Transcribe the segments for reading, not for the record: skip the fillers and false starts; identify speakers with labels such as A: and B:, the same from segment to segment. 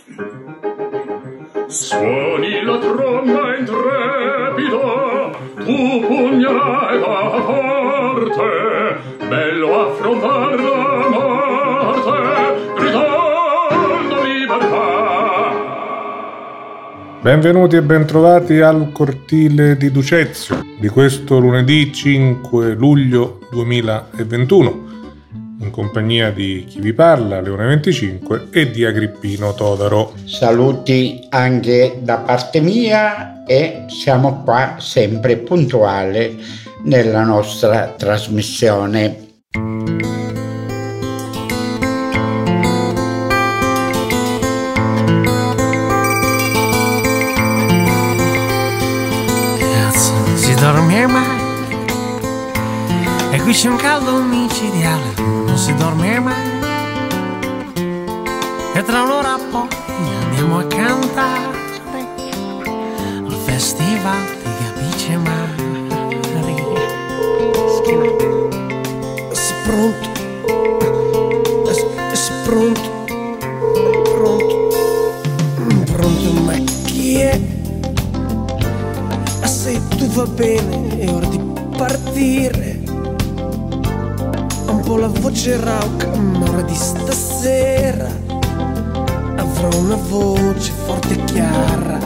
A: Suoni la tromba intrepida, tu pugna e va forte, bello affrontar la morte, gridando libertà.
B: Benvenuti e bentrovati al cortile di Ducezio di questo lunedì 5 luglio 2021, in compagnia di chi vi parla, Leone 25, e di Agrippino Todaro.
C: Saluti anche da parte mia e siamo qua sempre puntuali nella nostra trasmissione.
D: Cazzo, non si dorme mai. E qui c'è un caldo micidiale, non si dorme mai. E tra un'ora poi andiamo a cantare al festival di Capice Mari. Sei pronto? Sei pronto? Pronto, ma chi è? Se tu va bene è ora di partire. Ho un po' la voce rauca, ma ora di stasera avrò una voce forte e chiara.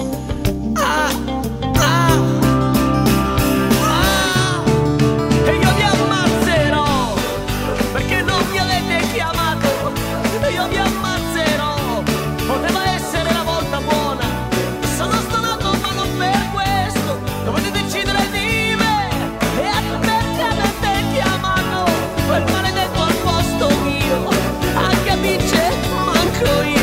D: E io vi ammazzerò perché non mi avete chiamato. E io vi ammazzerò. Poteva essere la volta buona. Sono stonato ma non per questo. Dovete decidere di me. E perché avete chiamato quel maledetto al posto mio. A Capice manco io.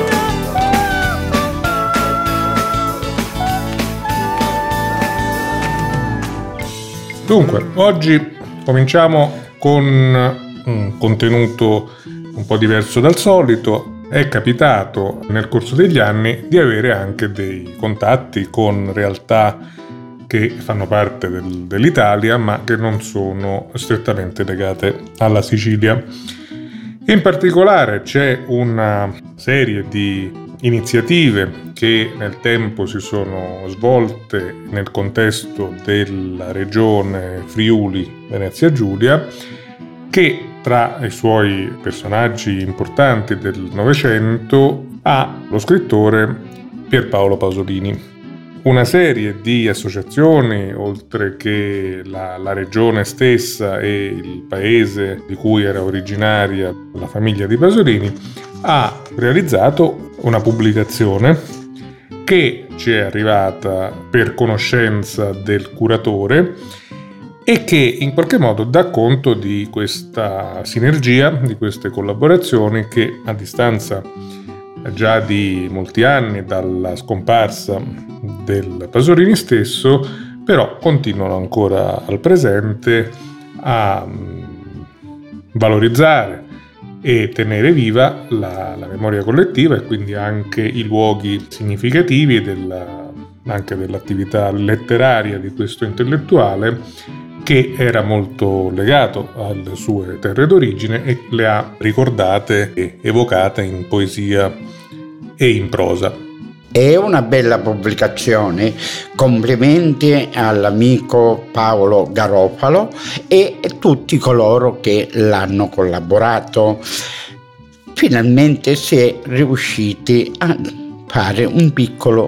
B: Dunque, oggi cominciamo con un contenuto un po' diverso dal solito. È capitato nel corso degli anni di avere anche dei contatti con realtà che fanno parte dell'Italia, ma che non sono strettamente legate alla Sicilia. In particolare c'è una serie di iniziative che nel tempo si sono svolte nel contesto della regione Friuli Venezia Giulia, che tra i suoi personaggi importanti del Novecento ha lo scrittore Pierpaolo Pasolini. Una serie di associazioni, oltre che la regione stessa e il paese di cui era originaria la famiglia di Pasolini, ha realizzato una pubblicazione che ci è arrivata per conoscenza del curatore e che in qualche modo dà conto di questa sinergia, di queste collaborazioni che a distanza già di molti anni dalla scomparsa del Pasolini stesso, però continuano ancora al presente a valorizzare e tenere viva la memoria collettiva e quindi anche i luoghi significativi anche dell'attività letteraria di questo intellettuale, che era molto legato alle sue terre d'origine e le ha ricordate e evocate in poesia e in prosa.
C: È una bella pubblicazione, complimenti all'amico Paolo Garofalo e tutti coloro che l'hanno collaborato. Finalmente si è riusciti a fare un piccolo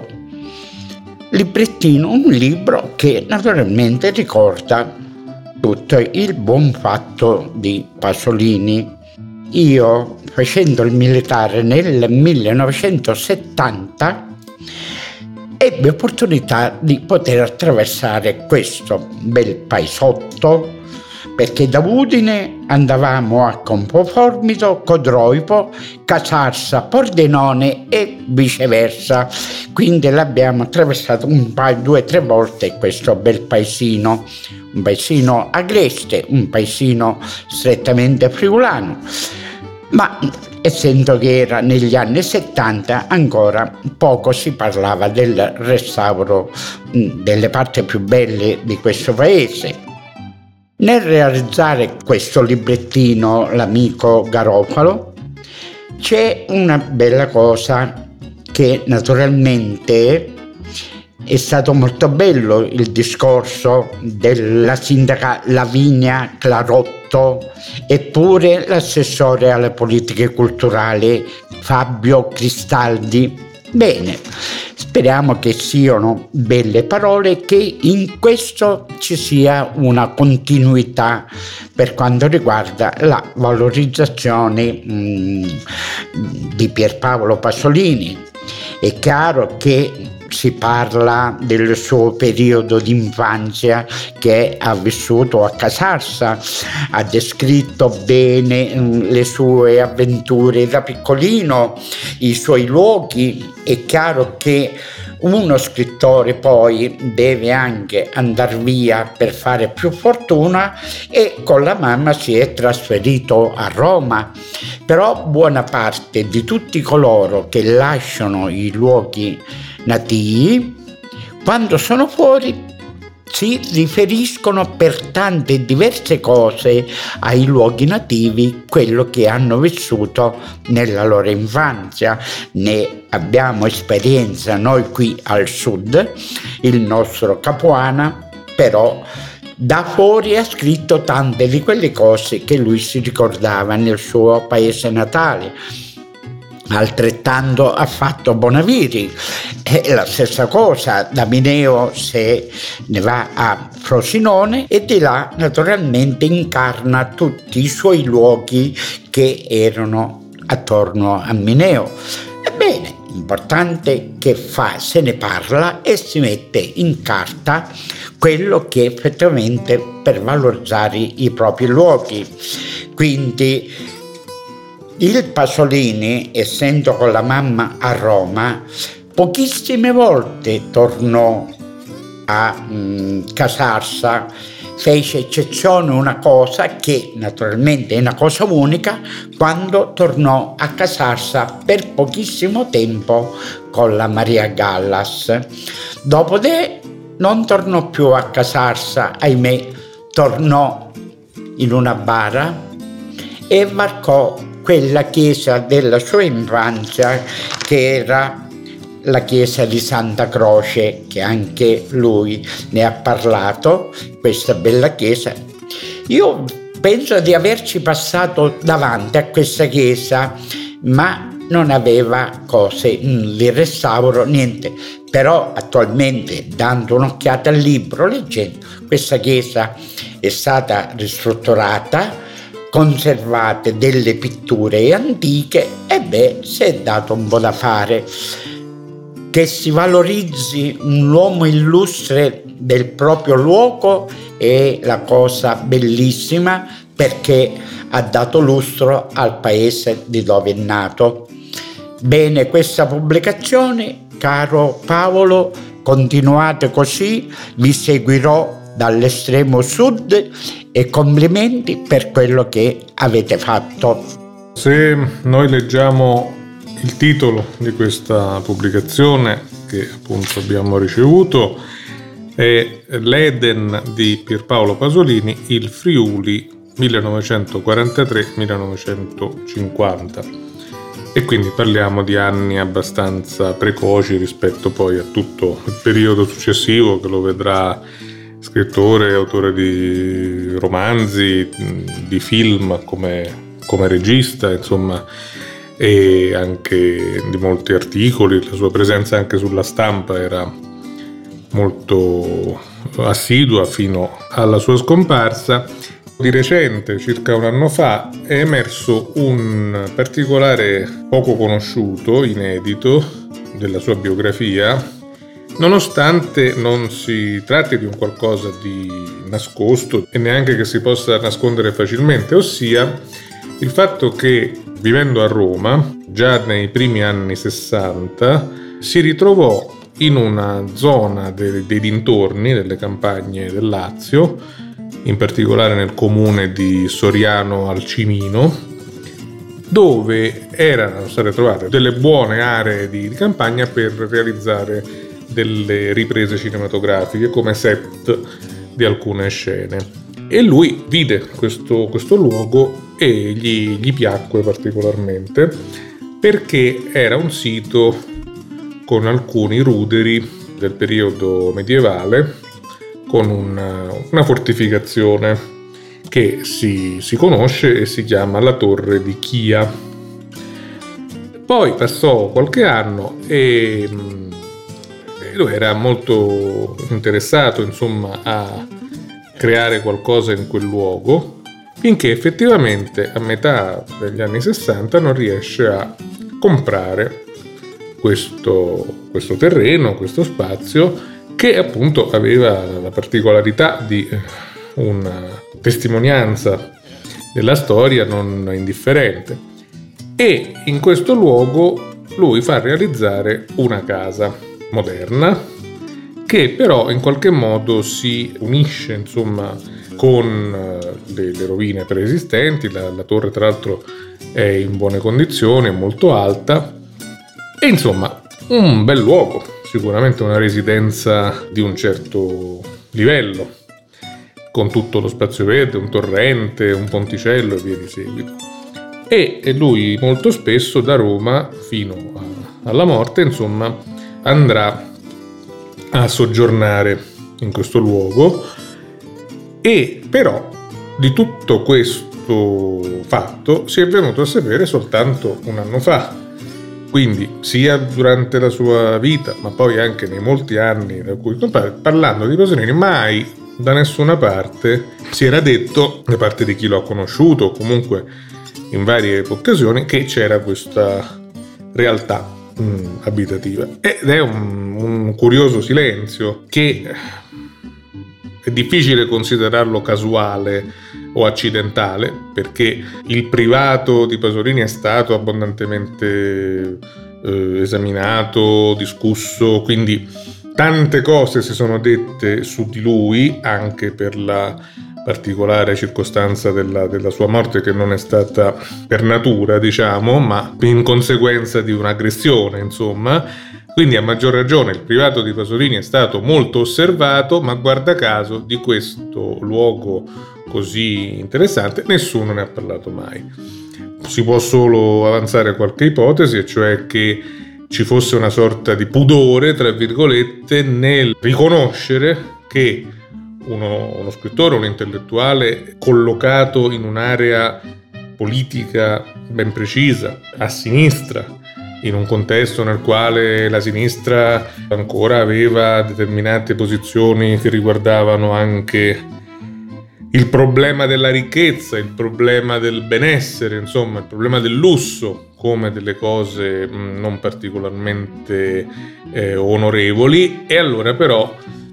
C: librettino, un libro che naturalmente ricorda tutto il buon fatto di Pasolini. Io, facendo il militare nel 1970, ebbi opportunità di poter attraversare questo bel paesotto, perché da Udine andavamo a Campoformido, Codroipo, Casarsa, Pordenone e viceversa. Quindi l'abbiamo attraversato 2 o 3 volte questo bel paesino, un paesino agreste, un paesino strettamente friulano. Ma essendo che era negli anni 70 ancora poco si parlava del restauro delle parti più belle di questo paese. Nel realizzare questo librettino l'amico Garofalo C'è una bella cosa che naturalmente è stato molto bello il discorso della sindaca Lavinia Clarotto, eppure l'assessore alle politiche culturali Fabio Cristaldi. Bene, speriamo che siano belle parole, che in questo ci sia una continuità per quanto riguarda la valorizzazione di Pierpaolo Pasolini. È chiaro che si parla del suo periodo di infanzia che ha vissuto a Casarsa, ha descritto bene le sue avventure da piccolino, i suoi luoghi. È chiaro che uno scrittore poi deve anche andare via per fare più fortuna, e con la mamma si è trasferito a Roma. Però buona parte di tutti coloro che lasciano i luoghi nativi, quando sono fuori, si riferiscono per tante diverse cose ai luoghi nativi, quello che hanno vissuto nella loro infanzia. Ne abbiamo esperienza noi qui al sud, il nostro Capuana, però da fuori ha scritto tante di quelle cose che lui si ricordava nel suo paese natale. Altrettanto ha fatto Bonaviri, è la stessa cosa. Da Mineo se ne va a Frosinone e di là naturalmente incarna tutti i suoi luoghi che erano attorno a Mineo. Ebbene, importante che se ne parla e si mette in carta quello che effettivamente per valorizzare i propri luoghi. Quindi il Pasolini, essendo con la mamma a Roma, pochissime volte tornò a Casarsa. Fece eccezione una cosa che naturalmente è una cosa unica, quando tornò a Casarsa per pochissimo tempo con la Maria Gallas. Dopodiché non tornò più a Casarsa, ahimè, tornò in una bara e varcò quella chiesa della sua infanzia, che era la chiesa di Santa Croce, che anche lui ne ha parlato, questa bella chiesa. Io penso di averci passato davanti a questa chiesa, ma non aveva cose di restauro, niente. Però attualmente, dando un'occhiata al libro, leggendo, questa chiesa è stata ristrutturata, conservate delle pitture antiche, e si è dato un po' da fare. Che si valorizzi un uomo illustre del proprio luogo è la cosa bellissima, perché ha dato lustro al paese di dove è nato. Bene, questa pubblicazione, caro Paolo, continuate così, vi seguirò dall'estremo sud e complimenti per quello che avete fatto.
B: Se noi leggiamo il titolo di questa pubblicazione che appunto abbiamo ricevuto, è L'Eden di Pierpaolo Pasolini, il Friuli 1943-1950, e quindi parliamo di anni abbastanza precoci rispetto poi a tutto il periodo successivo che lo vedrà scrittore, autore di romanzi, di film come regista, insomma, e anche di molti articoli. La sua presenza anche sulla stampa era molto assidua fino alla sua scomparsa. Di recente, circa un anno fa, è emerso un particolare poco conosciuto, inedito, della sua biografia, nonostante non si tratti di un qualcosa di nascosto e neanche che si possa nascondere facilmente, ossia il fatto che, vivendo a Roma, già nei primi anni 60, si ritrovò in una zona dei dintorni delle campagne del Lazio, in particolare nel comune di Soriano al Cimino, dove erano state trovate delle buone aree di campagna per realizzare delle riprese cinematografiche come set di alcune scene. E lui vide questo luogo e gli piacque particolarmente, perché era un sito con alcuni ruderi del periodo medievale, con una fortificazione che si conosce e si chiama la Torre di Chia. Poi passò qualche anno e lui era molto interessato, insomma, a creare qualcosa in quel luogo, finché effettivamente a metà degli anni 60 non riesce a comprare questo terreno, questo spazio, che appunto aveva la particolarità di una testimonianza della storia non indifferente. E in questo luogo lui fa realizzare una casa moderna che però in qualche modo si unisce, insomma, con le rovine preesistenti. La torre tra l'altro è in buone condizioni, è molto alta e insomma un bel luogo, sicuramente una residenza di un certo livello, con tutto lo spazio verde, un torrente, un ponticello e via di seguito. E lui molto spesso da Roma fino alla morte, insomma, andrà a soggiornare in questo luogo, e però di tutto questo fatto si è venuto a sapere soltanto un anno fa. Quindi sia durante la sua vita, ma poi anche nei molti anni da cui parlando di Pasolini, mai da nessuna parte si era detto, da parte di chi lo ha conosciuto, comunque in varie occasioni, che c'era questa realtà abitativa. Ed è un curioso silenzio che è difficile considerarlo casuale o accidentale, perché il privato di Pasolini è stato abbondantemente esaminato, discusso, quindi tante cose si sono dette su di lui, anche per la particolare circostanza della sua morte, che non è stata per natura, diciamo, ma in conseguenza di un'aggressione, insomma. Quindi a maggior ragione il privato di Pasolini è stato molto osservato, ma guarda caso di questo luogo così interessante nessuno ne ha parlato mai. Si può solo avanzare qualche ipotesi, e cioè che ci fosse una sorta di pudore, tra virgolette, nel riconoscere che uno scrittore, un intellettuale collocato in un'area politica ben precisa, a sinistra, in un contesto nel quale la sinistra ancora aveva determinate posizioni che riguardavano anche il problema della ricchezza, il problema del benessere, insomma, il problema del lusso, come delle cose non particolarmente onorevoli. E allora però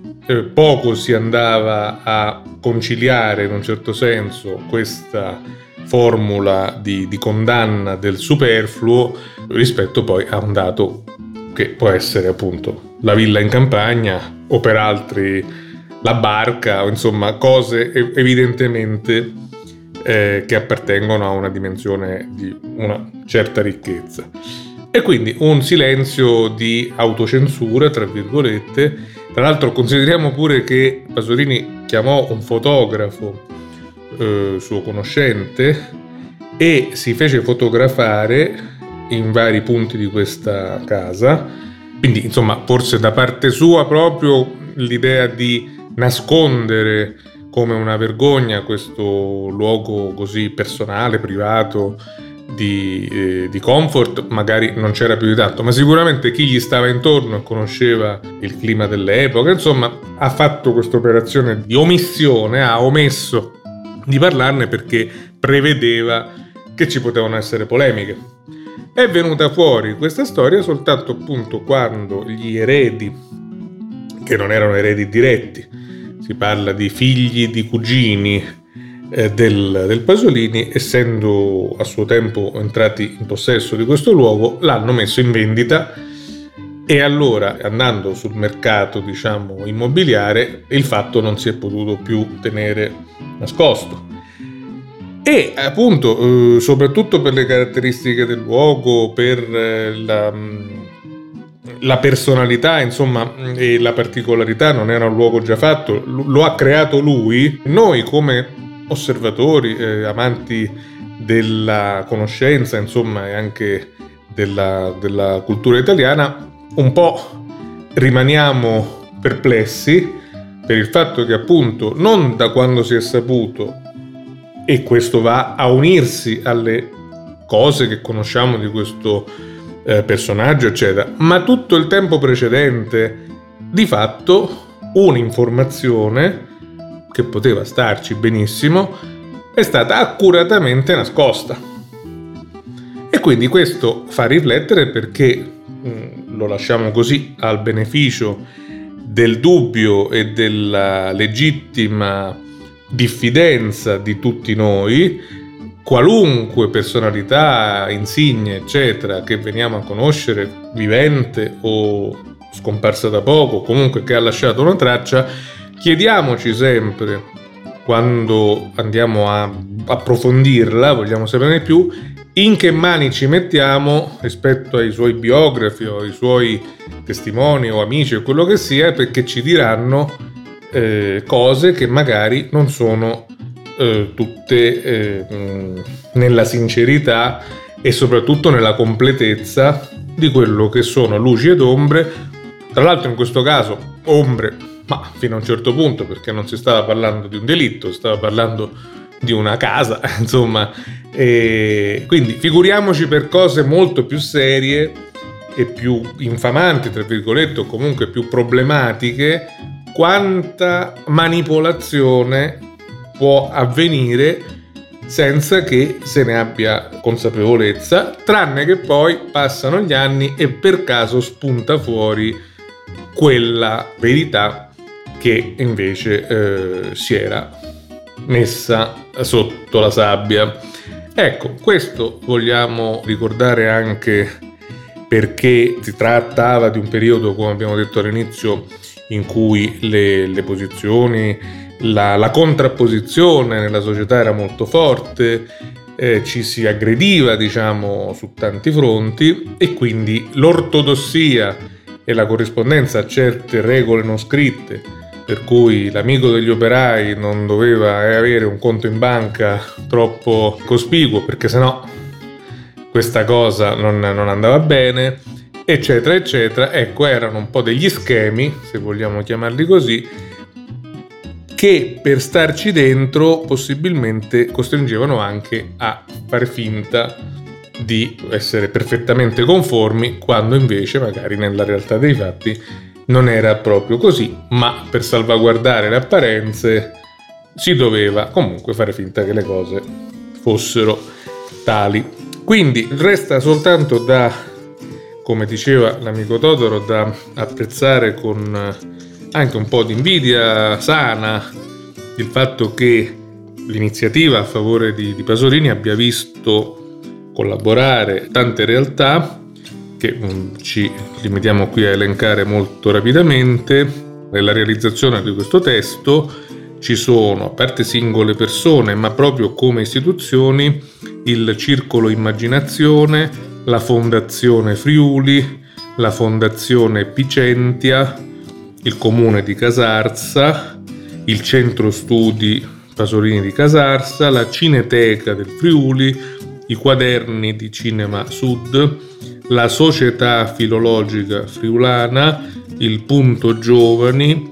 B: poco si andava a conciliare in un certo senso questa formula di condanna del superfluo rispetto poi a un dato che può essere appunto la villa in campagna, o per altri la barca, o insomma cose evidentemente che appartengono a una dimensione di una certa ricchezza. E quindi un silenzio di autocensura, tra virgolette. Tra l'altro consideriamo pure che Pasolini chiamò un fotografo suo conoscente e si fece fotografare in vari punti di questa casa. Quindi insomma forse da parte sua proprio l'idea di nascondere come una vergogna questo luogo così personale, privato, di comfort, magari non c'era più di tanto, ma sicuramente chi gli stava intorno conosceva il clima dell'epoca, insomma ha fatto questa operazione di omissione, ha omesso di parlarne perché prevedeva che ci potevano essere polemiche. È venuta fuori questa storia soltanto appunto quando gli eredi, che non erano eredi diretti, si parla di figli di cugini del Pasolini, essendo a suo tempo entrati in possesso di questo luogo, l'hanno messo in vendita. E allora, andando sul mercato, diciamo, immobiliare, il fatto non si è potuto più tenere nascosto. E appunto, soprattutto per le caratteristiche del luogo, per la personalità, insomma, e la particolarità, non era un luogo già fatto, lo ha creato lui. Noi come osservatori, amanti della conoscenza, insomma, e anche della cultura italiana, un po' rimaniamo perplessi per il fatto che appunto non da quando si è saputo, e questo va a unirsi alle cose che conosciamo di questo personaggio eccetera, ma tutto il tempo precedente di fatto un'informazione che poteva starci benissimo è stata accuratamente nascosta, e quindi questo fa riflettere, perché lo lasciamo così al beneficio del dubbio e della legittima diffidenza di tutti noi, qualunque personalità insigne eccetera che veniamo a conoscere, vivente o scomparsa da poco, comunque che ha lasciato una traccia, chiediamoci sempre, quando andiamo a approfondirla, vogliamo saperne di più, in che mani ci mettiamo rispetto ai suoi biografi o ai suoi testimoni o amici o quello che sia, perché ci diranno cose che magari non sono tutte nella sincerità e soprattutto nella completezza di quello che sono luci ed ombre. Tra l'altro in questo caso ombre, ma fino a un certo punto, perché non si stava parlando di un delitto, si stava parlando di una casa, insomma, quindi figuriamoci per cose molto più serie e più infamanti, tra virgolette, o comunque più problematiche, quanta manipolazione può avvenire senza che se ne abbia consapevolezza, tranne che poi passano gli anni e per caso spunta fuori quella verità che invece si era messa sotto la sabbia. Ecco, questo vogliamo ricordare anche perché si trattava di un periodo, come abbiamo detto all'inizio, in cui le posizioni, la contrapposizione nella società era molto forte, ci si aggrediva, diciamo, su tanti fronti, e quindi l'ortodossia e la corrispondenza a certe regole non scritte, per cui l'amico degli operai non doveva avere un conto in banca troppo cospicuo, perché sennò questa cosa non andava bene, eccetera eccetera. Ecco, erano un po' degli schemi, se vogliamo chiamarli così, che per starci dentro possibilmente costringevano anche a fare finta di essere perfettamente conformi, quando invece magari nella realtà dei fatti non era proprio così, ma per salvaguardare le apparenze si doveva comunque fare finta che le cose fossero tali. Quindi resta soltanto da, come diceva l'amico Totoro, da apprezzare con anche un po' di invidia sana il fatto che l'iniziativa a favore di Pasolini abbia visto collaborare tante realtà che ci limitiamo qui a elencare molto rapidamente. Nella realizzazione di questo testo ci sono, a parte singole persone, ma proprio come istituzioni, il Circolo Immaginazione, la Fondazione Friuli, la Fondazione Picentia, il Comune di Casarsa, il Centro Studi Pasolini di Casarsa, la Cineteca del Friuli, i Quaderni di Cinema Sud, la Società Filologica Friulana, il Punto Giovani,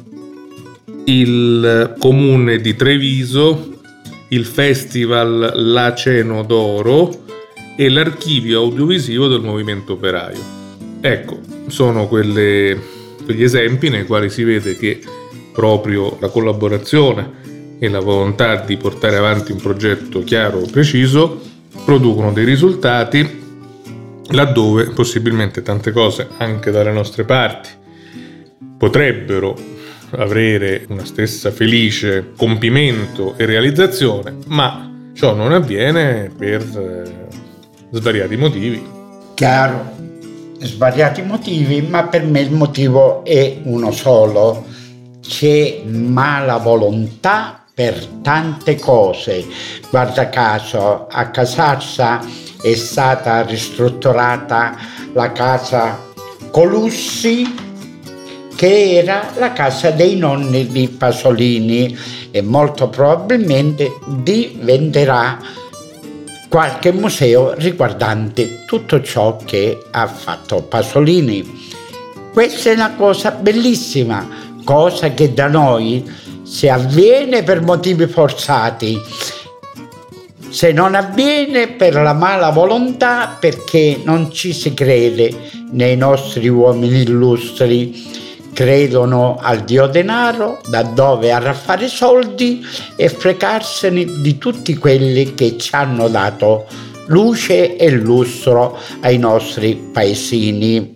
B: il Comune di Treviso, il Festival Laceno d'Oro e l'Archivio Audiovisivo del Movimento Operaio. Ecco, sono quegli esempi nei quali si vede che proprio la collaborazione e la volontà di portare avanti un progetto chiaro e preciso producono dei risultati, laddove possibilmente tante cose anche dalle nostre parti potrebbero avere una stessa felice compimento e realizzazione, ma ciò non avviene per svariati motivi.
C: Chiaro, svariati motivi, ma per me il motivo è uno solo: c'è mala volontà per tante cose. Guarda caso, a Casarsa è stata ristrutturata la casa Colussi, che era la casa dei nonni di Pasolini, e molto probabilmente diventerà qualche museo riguardante tutto ciò che ha fatto Pasolini. Questa è una cosa bellissima, cosa che da noi, se avviene per motivi forzati, se non avviene per la mala volontà, perché non ci si crede nei nostri uomini illustri, credono al dio denaro, da dove arraffare soldi e fregarsene di tutti quelli che ci hanno dato luce e lustro ai nostri paesini.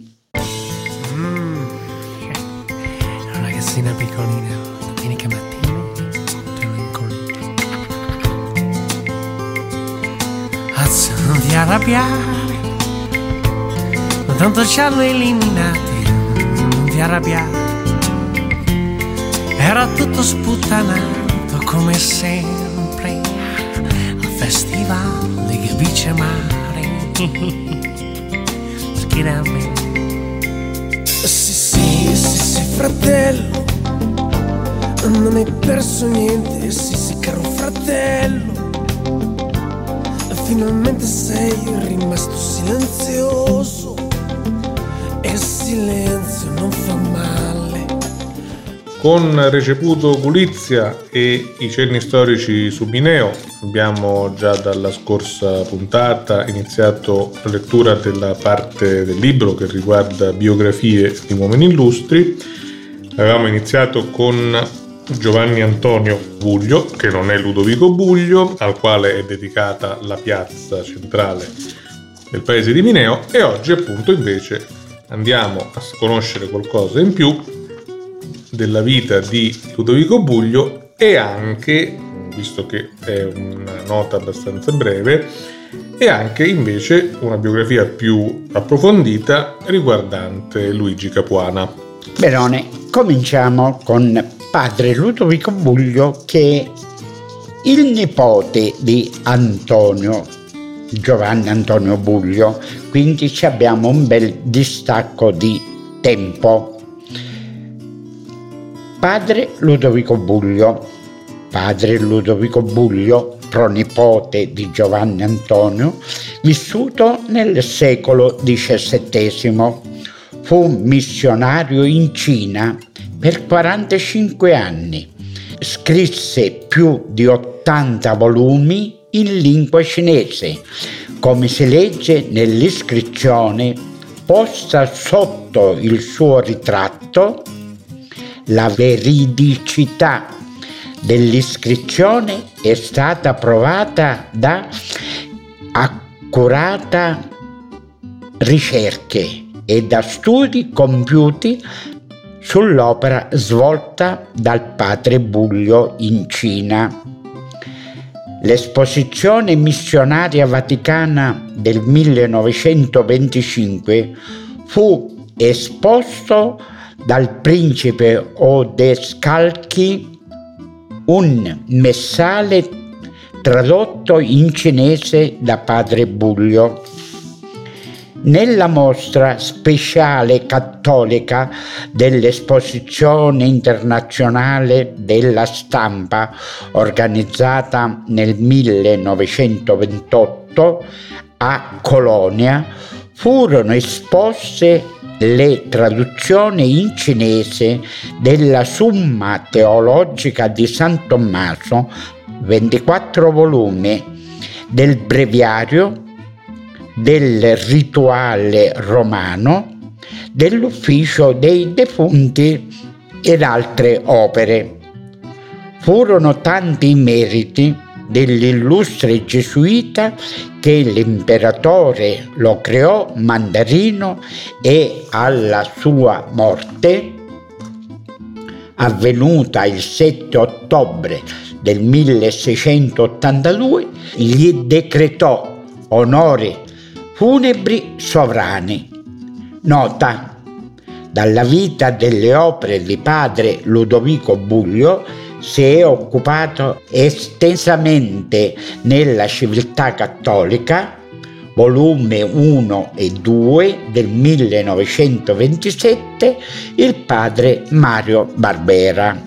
D: Una ragazzina piccolina, domenica mattina, te lo incollito. Azza, non ti arrabbiare, ma tanto ci hanno eliminati. Di arrabbiare, era tutto sputtanato come sempre al festival di Gabice Mare. Schiera a me. Sì, fratello, non hai perso niente. Sì, caro fratello, finalmente sei rimasto silenzioso. E il silenzio non fa male.
B: Con Receputo Gulizia e i cenni storici su Mineo abbiamo già dalla scorsa puntata iniziato la lettura della parte del libro che riguarda biografie di uomini illustri. Avevamo iniziato con Giovanni Antonio Buglio, che non è Ludovico Buglio, al quale è dedicata la piazza centrale del paese di Mineo, e oggi appunto invece andiamo a conoscere qualcosa in più della vita di Ludovico Buglio e anche, visto che è una nota abbastanza breve, e anche invece una biografia più approfondita riguardante Luigi Capuana.
C: Benone, cominciamo con padre Ludovico Buglio, che è il nipote di Giovanni Antonio Buglio, quindi abbiamo un bel distacco di tempo. Padre Ludovico Buglio, pronipote di Giovanni Antonio, vissuto nel secolo XVII, fu missionario in Cina per 45 anni, scrisse più di 80 volumi in lingua cinese, come si legge nell'iscrizione posta sotto il suo ritratto. La veridicità dell'iscrizione è stata provata da accurate ricerche e da studi compiuti sull'opera svolta dal padre Buglio in Cina. L'esposizione missionaria vaticana del 1925 fu esposto dal principe Odescalchi un messale tradotto in cinese da padre Buglio. Nella mostra speciale cattolica dell'Esposizione internazionale della stampa organizzata nel 1928 a Colonia furono esposte le traduzioni in cinese della Summa Teologica di San Tommaso, 24 volumi, del Breviario, del Rituale Romano, dell'Ufficio dei Defunti ed altre opere. Furono tanti i meriti dell'illustre gesuita che l'imperatore lo creò mandarino e alla sua morte, avvenuta il 7 ottobre del 1682, gli decretò onori funebri sovrani. Nota: dalla vita delle opere di padre Ludovico Buglio si è occupato estensamente nella Civiltà Cattolica, volume 1 e 2 del 1927, il padre Mario Barbera.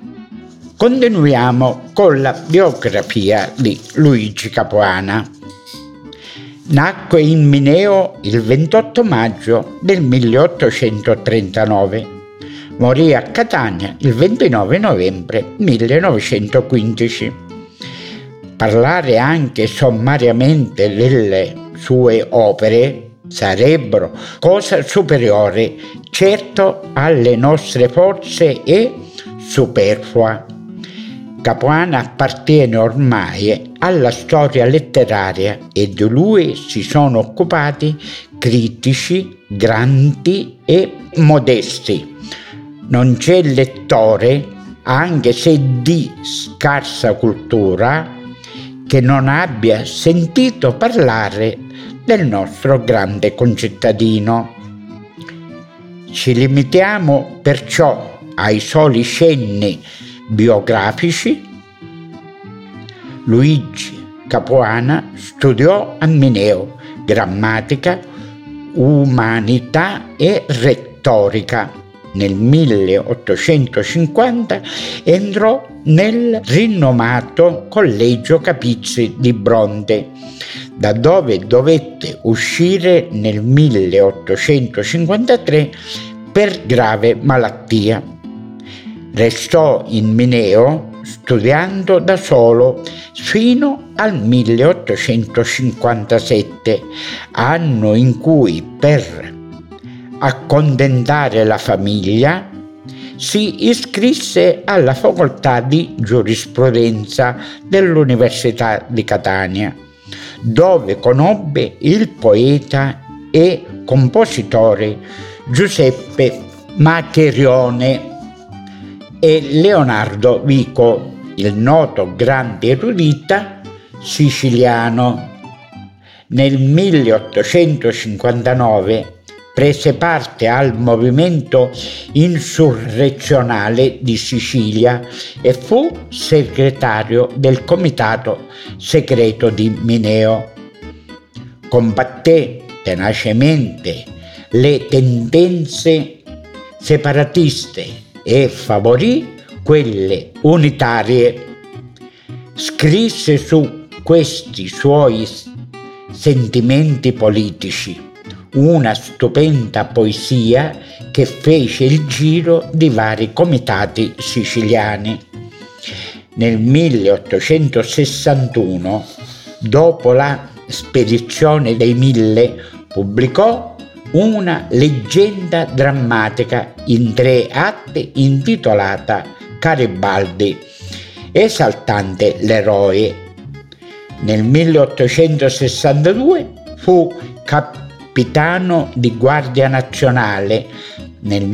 C: Continuiamo con la biografia di Luigi Capuana. Nacque in Mineo il 28 maggio del 1839. Morì a Catania il 29 novembre 1915. Parlare anche sommariamente delle sue opere sarebbero cosa superiore certo alle nostre forze e superflua. Capuana appartiene ormai alla storia letteraria e di lui si sono occupati critici grandi e modesti. Non c'è lettore, anche se di scarsa cultura, che non abbia sentito parlare del nostro grande concittadino. Ci limitiamo perciò ai soli cenni biografici. Luigi Capuana studiò a Mineo grammatica, umanità e retorica. Nel 1850 entrò nel rinomato Collegio Capizzi di Bronte, da dove dovette uscire nel 1853 per grave malattia. Restò in Mineo studiando da solo fino al 1857, anno in cui, per accontentare la famiglia, si iscrisse alla facoltà di giurisprudenza dell'Università di Catania, dove conobbe il poeta e compositore Giuseppe Maccherone e Leonardo Vico, il noto grande erudita siciliano. Nel 1859 prese parte al movimento insurrezionale di Sicilia e fu segretario del comitato segreto di Mineo. Combatté tenacemente le tendenze separatiste e favorì quelle unitarie. Scrisse su questi suoi sentimenti politici una stupenda poesia che fece il giro di vari comitati siciliani. Nel 1861, dopo la spedizione dei Mille, pubblicò una leggenda drammatica in 3 atti intitolata Garibaldi, esaltante l'eroe. Nel 1862 fu capitano di Guardia Nazionale. Nel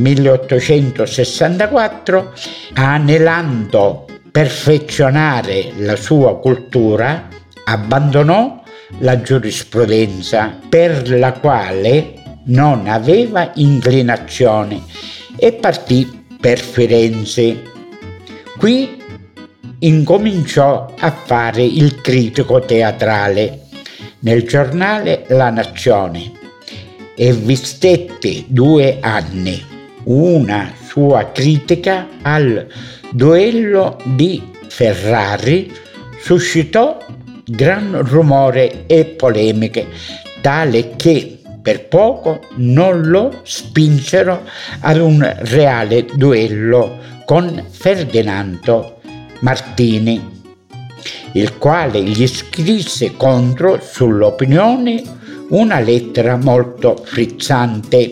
C: 1864, anelando perfezionare la sua cultura, abbandonò la giurisprudenza, per la quale non aveva inclinazione, e partì per Firenze. Qui incominciò a fare il critico teatrale nel giornale La Nazione e vi stette 2 anni. Una sua critica al duello di Ferrari suscitò gran rumore e polemiche, tale che per poco non lo spinsero ad un reale duello con Ferdinando Martini, il quale gli scrisse contro sull'opinione una lettera molto frizzante.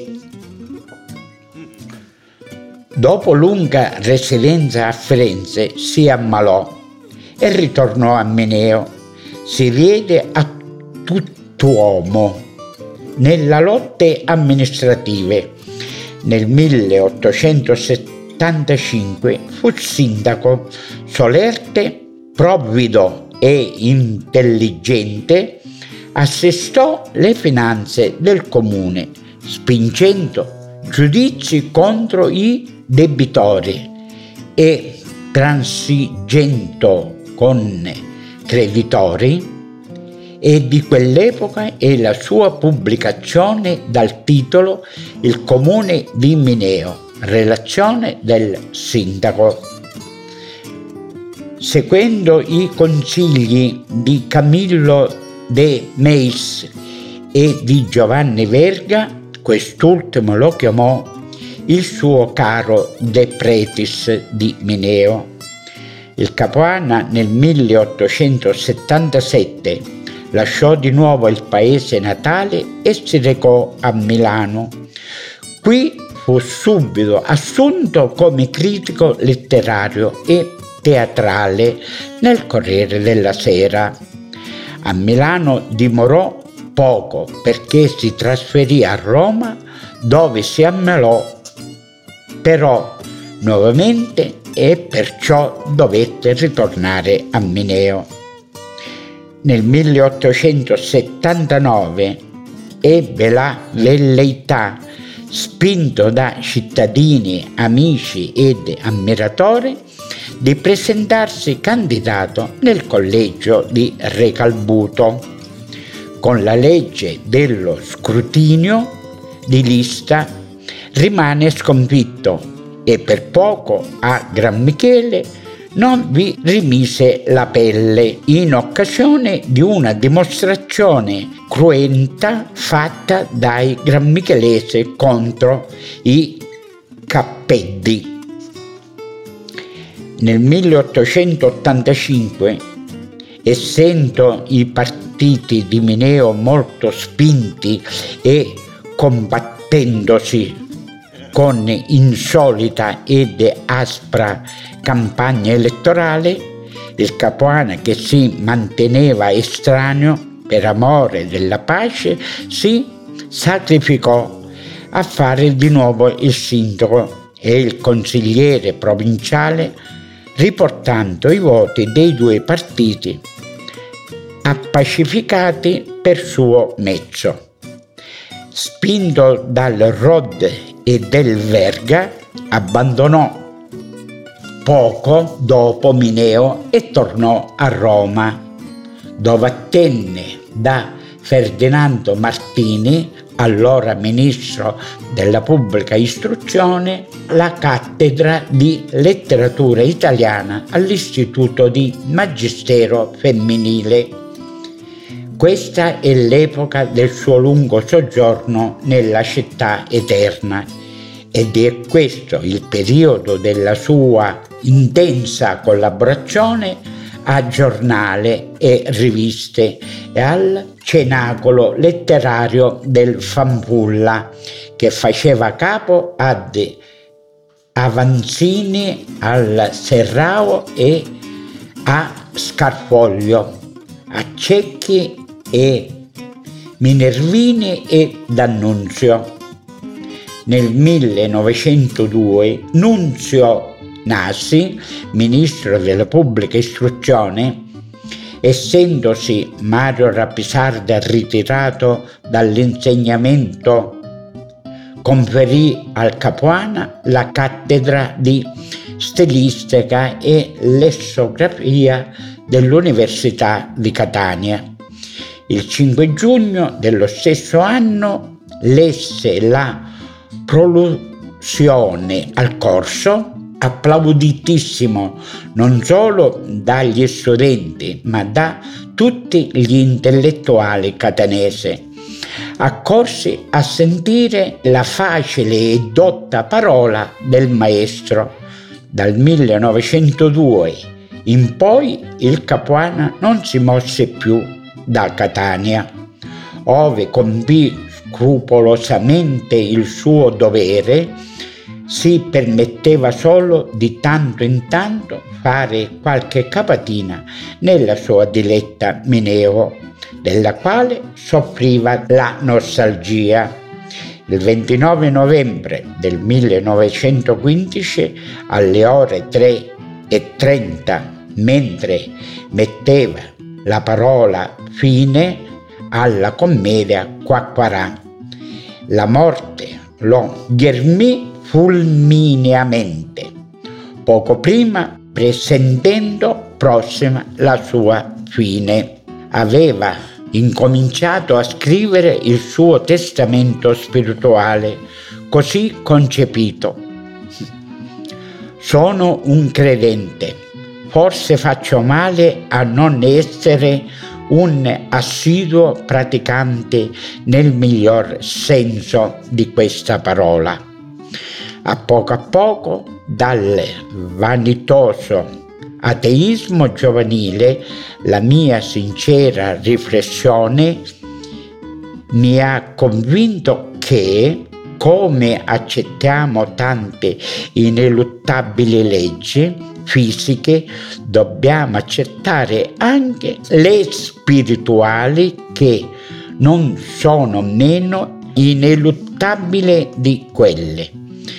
C: Dopo lunga residenza a Firenze si ammalò e ritornò a Mineo. Si diede a tutt'uomo nella lotte amministrative. Nel 1875 fu sindaco. Solerte, provvido e intelligente, assestò le finanze del comune, spingendo giudizi contro i debitori e transigendo con creditori, e di quell'epoca è la sua pubblicazione dal titolo Il Comune di Mineo, relazione del sindaco. Seguendo i consigli di Camillo de Meis e di Giovanni Verga, quest'ultimo lo chiamò il suo caro De Pretis di Mineo. Il Capuana nel 1877 lasciò di nuovo il paese natale e si recò a Milano. Qui fu subito assunto come critico letterario e teatrale nel Corriere della Sera. A Milano dimorò poco perché si trasferì a Roma, dove si ammalò però nuovamente e perciò dovette ritornare a Mineo. Nel 1879 ebbe la velleità, spinto da cittadini, amici ed ammiratori, di presentarsi candidato nel collegio di Recalbuto. Con la legge dello scrutinio di lista rimane sconfitto e per poco a Gran Michele non vi rimise la pelle in occasione di una dimostrazione cruenta fatta dai granmichelesi contro i Cappeddi. Nel 1885, essendo i partiti di Mineo molto spinti e combattendosi con insolita ed aspra campagna elettorale, il Capuana, che si manteneva estraneo per amore della pace, si sacrificò a fare di nuovo il sindaco e il consigliere provinciale, riportando i voti dei due partiti appacificati per suo mezzo. Spinto dal Rod e del Verga, abbandonò poco dopo Mineo e tornò a Roma, dove attenne da Ferdinando Martini, allora ministro della pubblica istruzione, la cattedra di letteratura italiana all'Istituto di Magistero Femminile. Questa è l'epoca del suo lungo soggiorno nella città eterna ed è questo il periodo della sua intensa collaborazione a giornale e riviste e al cenacolo letterario del Fampulla, che faceva capo ad Avanzini, al Serrao e a Scarfoglio, a Cecchi e Minervini e D'Annunzio. Nel 1902 Nunzio Nasi, ministro della pubblica istruzione, essendosi Mario Rapisarda ritirato dall'insegnamento, conferì al Capuana la cattedra di stilistica e lessografia dell'Università di Catania. Il 5 giugno dello stesso anno lesse la prolusione al corso, applauditissimo non solo dagli studenti ma da tutti gli intellettuali catanesi, accorsi a sentire la facile e dotta parola del maestro. Dal 1902 in poi il Capuana non si mosse più da Catania, ove compì scrupolosamente il suo dovere. Si permetteva solo di tanto in tanto fare qualche capatina nella sua diletta Mineo, della quale soffriva la nostalgia. Il 29 novembre del 1915, alle ore 3:30, mentre metteva la parola fine alla commedia Quacquarà, la morte lo ghermì fulmineamente, poco prima presentendo prossima la sua fine. Aveva incominciato a scrivere il suo testamento spirituale, così concepito: sono un credente, forse faccio male a non essere un assiduo praticante nel miglior senso di questa parola. A poco, dal vanitoso ateismo giovanile, la mia sincera riflessione mi ha convinto che, come accettiamo tante ineluttabili leggi fisiche, dobbiamo accettare anche le spirituali, che non sono meno ineluttabili di quelle.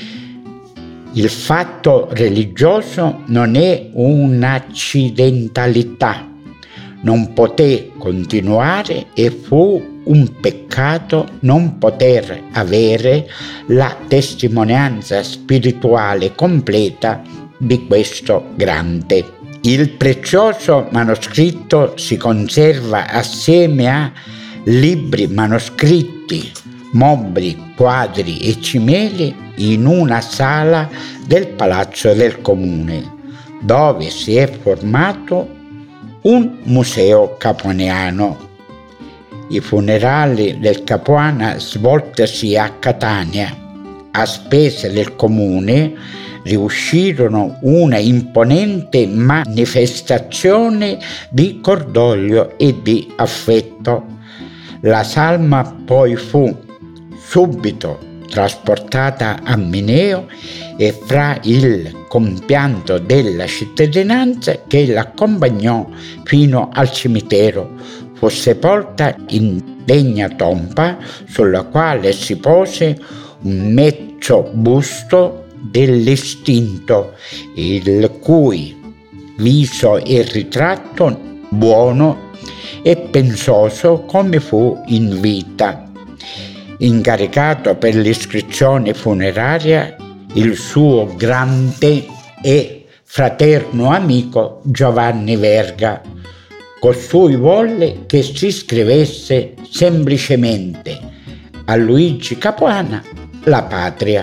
C: Il fatto religioso non è un'accidentalità, non poté continuare e fu un peccato non poter avere la testimonianza spirituale completa di questo grande. Il prezioso manoscritto si conserva assieme a libri manoscritti, mobili, quadri e cimeli in una sala del Palazzo del Comune, dove si è formato un museo capuaniano. I funerali del Capuana, svoltasi a Catania a spese del Comune, riuscirono una imponente manifestazione di cordoglio e di affetto. La salma poi fu subito trasportata a Mineo e fra il compianto della cittadinanza che l'accompagnò fino al cimitero fu sepolta in degna tomba sulla quale si pose un mezzo busto dell'estinto, il cui viso e ritratto buono e pensoso come fu in vita. Incaricato per l'iscrizione funeraria il suo grande e fraterno amico Giovanni Verga. Costui volle che si scrivesse semplicemente a Luigi Capuana la patria.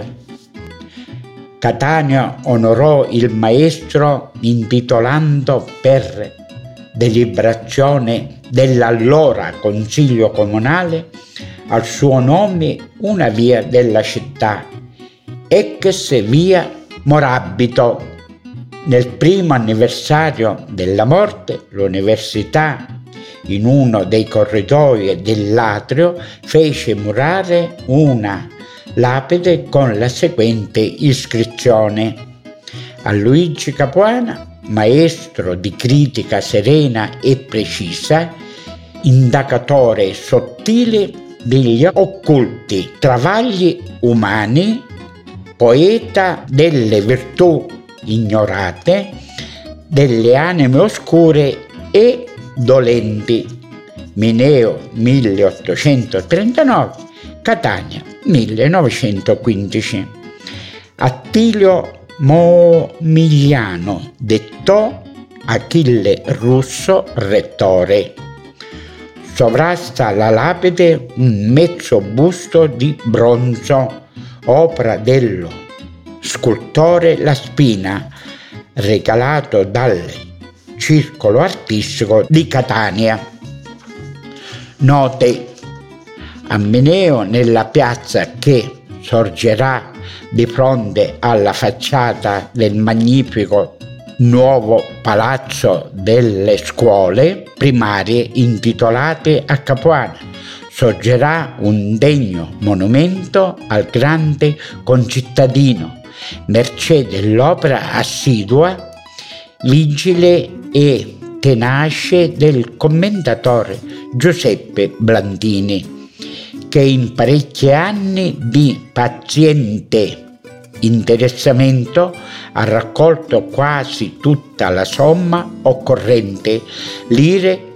C: Catania onorò il maestro intitolando per deliberazione dell'allora Consiglio Comunale al suo nome una via della città, ex via Morabito. Nel primo anniversario della morte, l'università, in uno dei corridoi dell'atrio, fece murare una lapide con la seguente iscrizione: a Luigi Capuana, maestro di critica serena e precisa, indagatore sottile degli occulti travagli umani, poeta delle virtù ignorate, delle anime oscure e dolenti. Mineo 1839, Catania 1915. Attilio Momigliano, detto Achille Russo rettore. Sovrasta la lapide un mezzo busto di bronzo, opera dello scultore La Spina, regalato dal Circolo Artistico di Catania. Note: a Mineo, nella piazza che sorgerà di fronte alla facciata del magnifico nuovo palazzo delle scuole primarie intitolate a Capuana, sorgerà un degno monumento al grande concittadino, mercé dell'opera assidua, vigile e tenace del commentatore Giuseppe Blandini, che in parecchi anni di paziente interessamento ha raccolto quasi tutta la somma occorrente, lire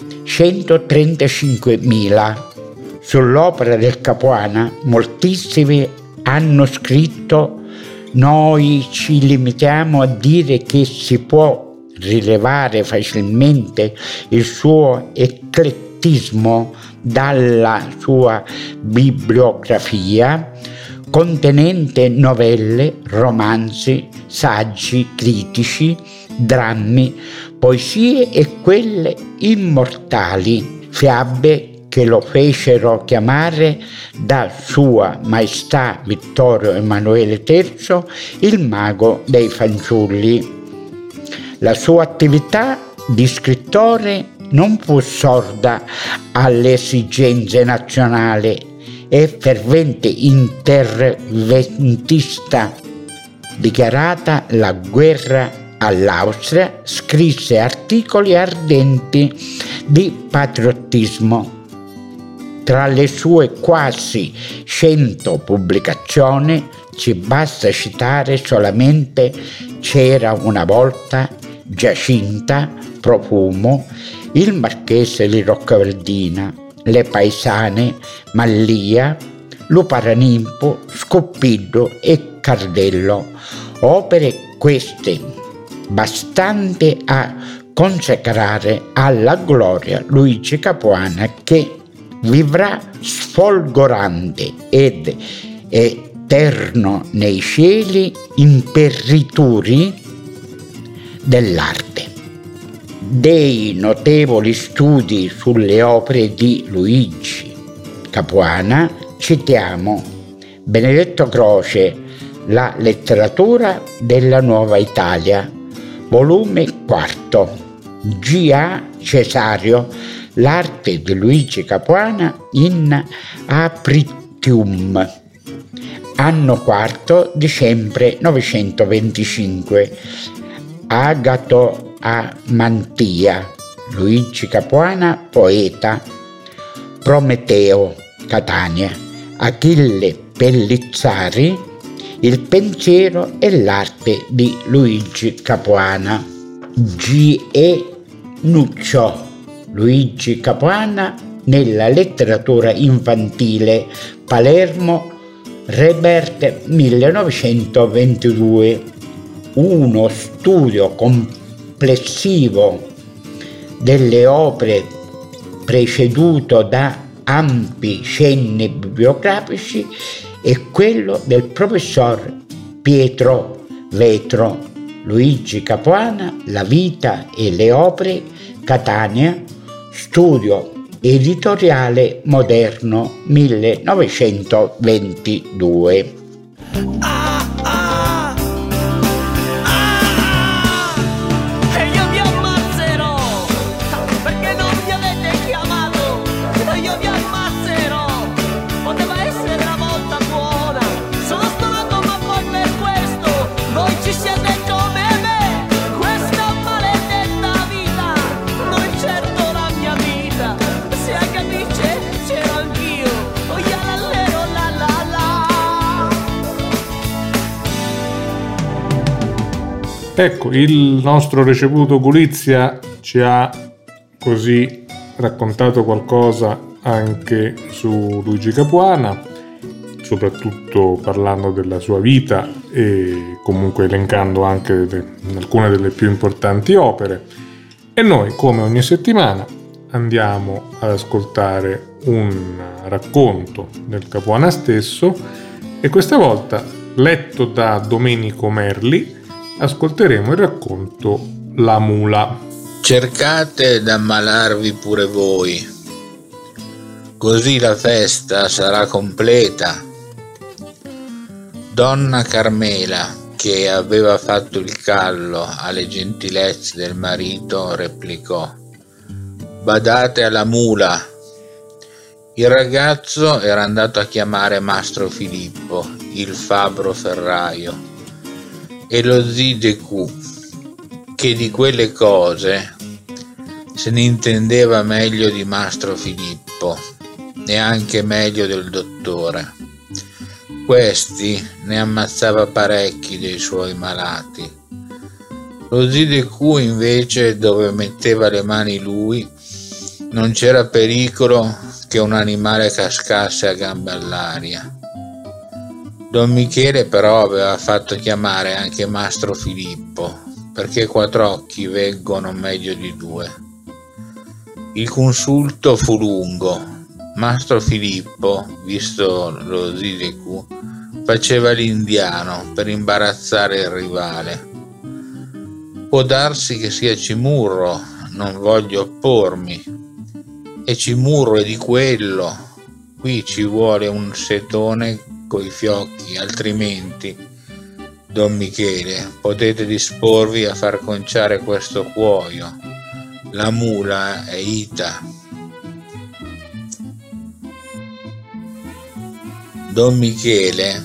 C: 135.000. Sull'opera del Capuana moltissimi hanno scritto. Noi ci limitiamo a dire che si può rilevare facilmente il suo eclettismo dalla sua bibliografia, contenente novelle, romanzi, saggi critici, drammi, poesie e quelle immortali, fiabe che lo fecero chiamare da Sua Maestà Vittorio Emanuele III il mago dei fanciulli. La sua attività di scrittore non fu sorda alle esigenze nazionali e fervente interventista. Dichiarata la guerra all'Austria, scrisse articoli ardenti di patriottismo. Tra le sue quasi 100 pubblicazioni ci basta citare solamente C'era una volta, Giacinta, Profumo, Il Marchese di Roccavaldina, Le Paesane, Mallia, Luparanimpo, Scoppiddo e Cardello, opere queste bastante a consacrare alla gloria Luigi Capuana, che vivrà sfolgorante ed eterno nei cieli imperrituri dell'arte. Dei notevoli studi sulle opere di Luigi Capuana citiamo Benedetto Croce, La letteratura della Nuova Italia, volume 4, G.A. Cesario, L'arte di Luigi Capuana in Apritium, anno 4, dicembre 925, Agato a Mantia, Luigi Capuana, poeta, Prometeo, Catania, Achille Pellizzari, Il pensiero e l'arte di Luigi Capuana, G.E. Nuccio, Luigi Capuana nella letteratura infantile, Palermo, Rebert 1922, uno studio complessivo delle opere preceduto da ampi cenni bibliografici è quello del professor Pietro Vetro, Luigi Capuana, La vita e le opere, Catania, studio editoriale moderno 1922.
B: Ecco, il nostro Receputo Gulizia ci ha così raccontato qualcosa anche su Luigi Capuana, soprattutto parlando della sua vita e comunque elencando anche alcune delle più importanti opere. E noi, come ogni settimana, andiamo ad ascoltare un racconto del Capuana stesso e questa volta, letto da Domenico Merli, ascolteremo il racconto La mula.
E: Cercate d'ammalarvi pure voi, così la festa sarà completa. Donna Carmela, che aveva fatto il callo alle gentilezze del marito, replicò: badate alla mula. Il ragazzo era andato a chiamare Mastro Filippo, il fabbro ferraio, e lo Zidecu, che di quelle cose se ne intendeva meglio di Mastro Filippo e anche meglio del dottore. Questi ne ammazzava parecchi dei suoi malati. Lo Zidecu invece, dove metteva le mani lui, non c'era pericolo che un animale cascasse a gambe all'aria. Don Michele però aveva fatto chiamare anche Mastro Filippo, perché quattro occhi veggono meglio di due. Il consulto fu lungo. Mastro Filippo, visto lo Zidecu, faceva l'indiano per imbarazzare il rivale. Può darsi che sia cimurro, non voglio oppormi. e ci murro di quello. Qui ci vuole un setone coi fiocchi, altrimenti, Don Michele, potete disporvi a far conciare questo cuoio. La mula è ita. Don Michele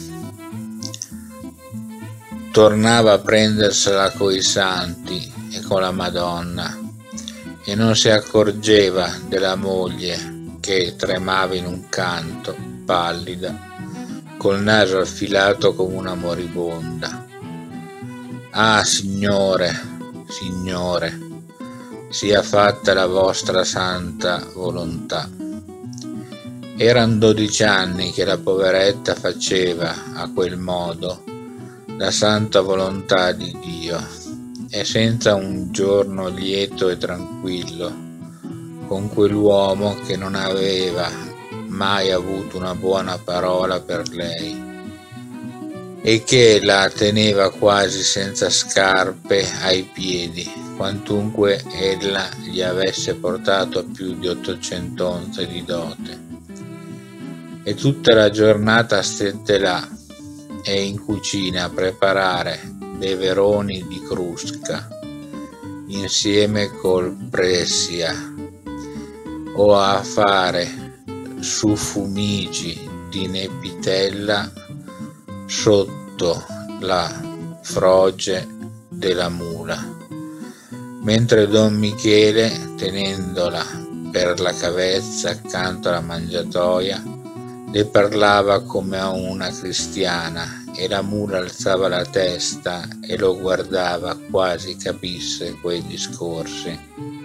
E: tornava a prendersela coi santi e con la Madonna e non si accorgeva della moglie che tremava in un canto, pallida, col naso affilato come una moribonda. Ah, Signore, Signore, sia fatta la vostra santa volontà. Eran 12 anni che la poveretta faceva a quel modo la santa volontà di Dio, e senza un giorno lieto e tranquillo con quell'uomo che non aveva mai avuto una buona parola per lei e che la teneva quasi senza scarpe ai piedi, quantunque ella gli avesse portato più di 800 onze di dote. E tutta la giornata stette là e in cucina a preparare dei veroni di crusca insieme col Brescia, o a fare suffumigi di nepitella sotto la froge della mula, mentre Don Michele, tenendola per la cavezza accanto alla mangiatoia, le parlava come a una cristiana, e la mula alzava la testa e lo guardava quasi capisse quei discorsi.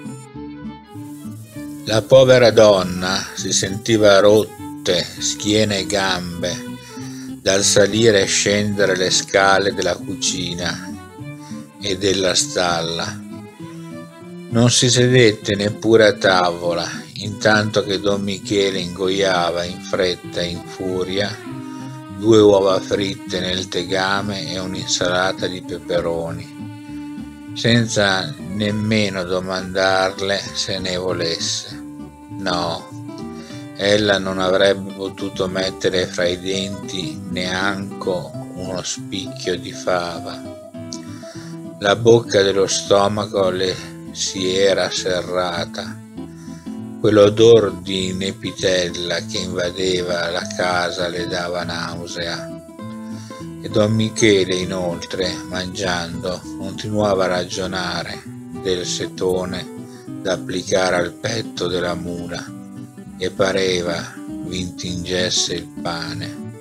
E: La povera donna si sentiva rotte schiena e gambe dal salire e scendere le scale della cucina e della stalla. Non si sedette neppure a tavola, intanto che Don Michele ingoiava in fretta e in furia 2 uova fritte nel tegame e un'insalata di peperoni, senza nemmeno domandarle se ne volesse. No, ella non avrebbe potuto mettere fra i denti neanche uno spicchio di fava. La bocca dello stomaco le si era serrata. Quell'odor di nepitella che invadeva la casa le dava nausea. E Don Michele, inoltre, mangiando, continuava a ragionare del setone da applicare al petto della mula, e pareva vi intingesse il pane.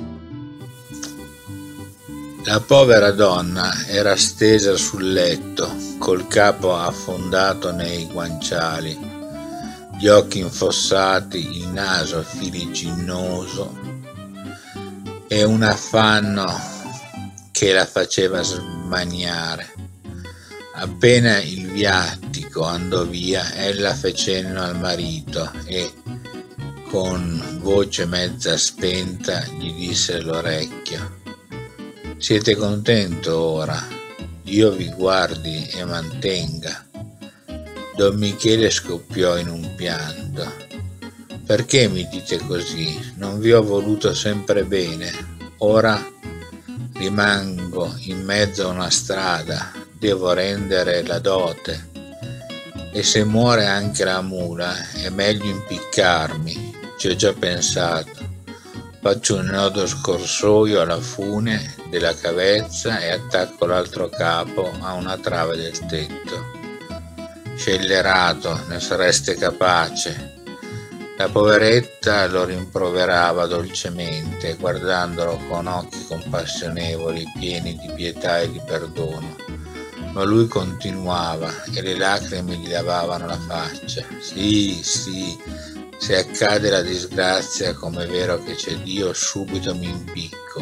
E: La povera donna era stesa sul letto, col capo affondato nei guanciali, gli occhi infossati, il naso filiginoso e un affanno che la faceva smaniare. Appena il viatico andò via, ella fece cenno al marito e, con voce mezza spenta, gli disse all'orecchio: «Siete contento ora? Dio vi guardi e mantenga». Don Michele scoppiò in un pianto. «Perché mi dite così? Non vi ho voluto sempre bene. Ora rimango in mezzo a una strada, devo rendere la dote, e se muore anche la mula è meglio impiccarmi, ci ho già pensato. Faccio un nodo scorsoio alla fune della cavezza e attacco l'altro capo a una trave del tetto. Scellerato, ne sareste capace». La poveretta lo rimproverava dolcemente, guardandolo con occhi compassionevoli, pieni di pietà e di perdono, ma lui continuava e le lacrime gli lavavano la faccia. «Sì, sì, se accade la disgrazia, come è vero che c'è Dio, subito mi impicco.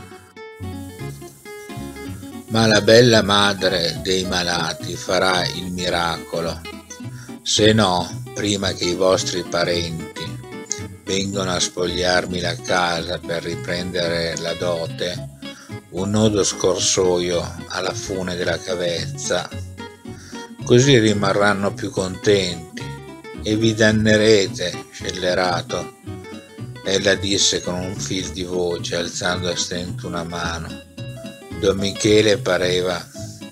E: Ma la bella madre dei malati farà il miracolo. Se no, prima che i vostri parenti vengono a spogliarmi la casa per riprendere la dote, un nodo scorsoio alla fune della cavezza, così rimarranno più contenti. e vi dannerete, scellerato. Ella disse con un fil di voce, alzando a stento una mano. Don Michele pareva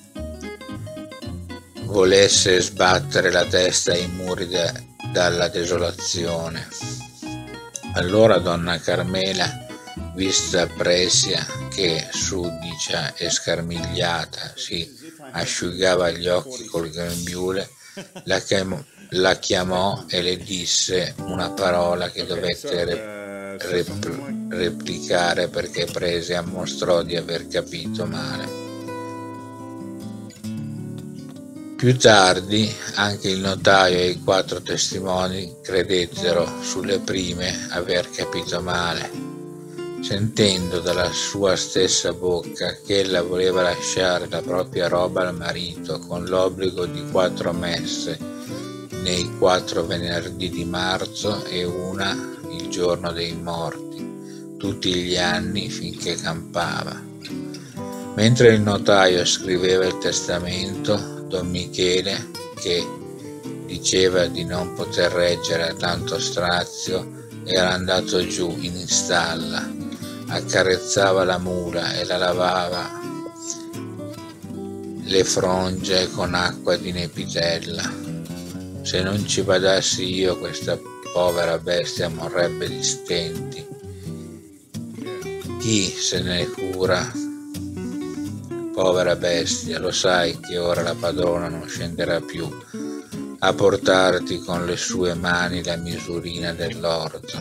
E: volesse sbattere la testa ai muri dalla desolazione. Allora donna Carmela, vista Presia che, sudicia e scarmigliata, si asciugava gli occhi col grembiule, la chiamò e le disse una parola che dovette replicare perché Presia mostrò di aver capito male. Più tardi anche il notaio e i 4 testimoni credettero sulle prime aver capito male, sentendo dalla sua stessa bocca che ella voleva lasciare la propria roba al marito con l'obbligo di 4 messe nei 4 venerdì di marzo e una il giorno dei morti, tutti gli anni finché campava. Mentre il notaio scriveva il testamento, Don Michele, che diceva di non poter reggere a tanto strazio, era andato giù in stalla, accarezzava la mula e la lavava le fronge con acqua di nepitella. Se non ci badassi io, questa povera bestia morrebbe di stenti. Chi se ne cura? Povera bestia, lo sai che ora la padrona non scenderà più a portarti con le sue mani la misurina dell'orto.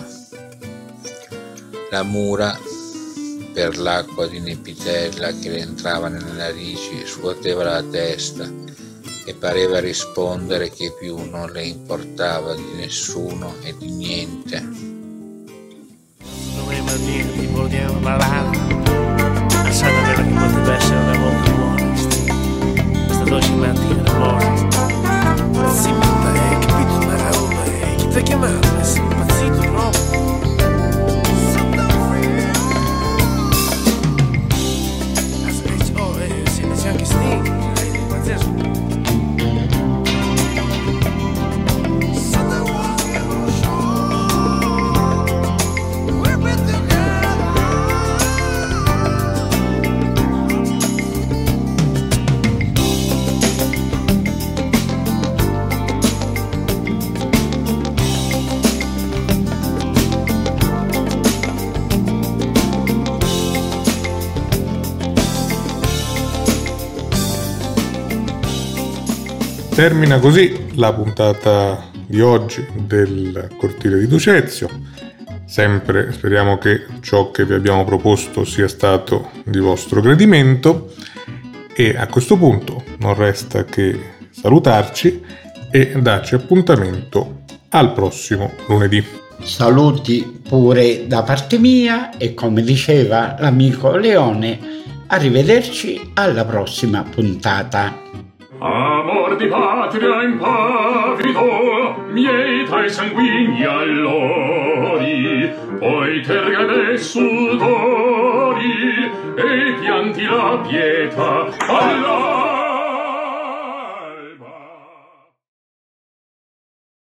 E: La mura, per l'acqua di nepitella che le entrava nelle narici, scuoteva la testa e pareva rispondere che più non le importava di nessuno e di niente.
D: Sai davvero che potrebbe essere una volta buona questa dolce mattina d'amore. Sì, ma hai capito una roba? Chi ti ha chiamato? Sei impazzito proprio? Oh, c'è anche Sting. Pazzesco.
B: Termina così la puntata di oggi del Cortile di Ducezio. Sempre speriamo che ciò che vi abbiamo proposto sia stato di vostro gradimento e a questo punto non resta che salutarci e darci appuntamento al prossimo lunedì.
C: Saluti pure da parte mia e, come diceva l'amico Leone, arrivederci alla prossima puntata.
A: Amor di patria impavido, miei tra i sanguigni allori, poi terga dei sudori e pianti la pietà. Allah!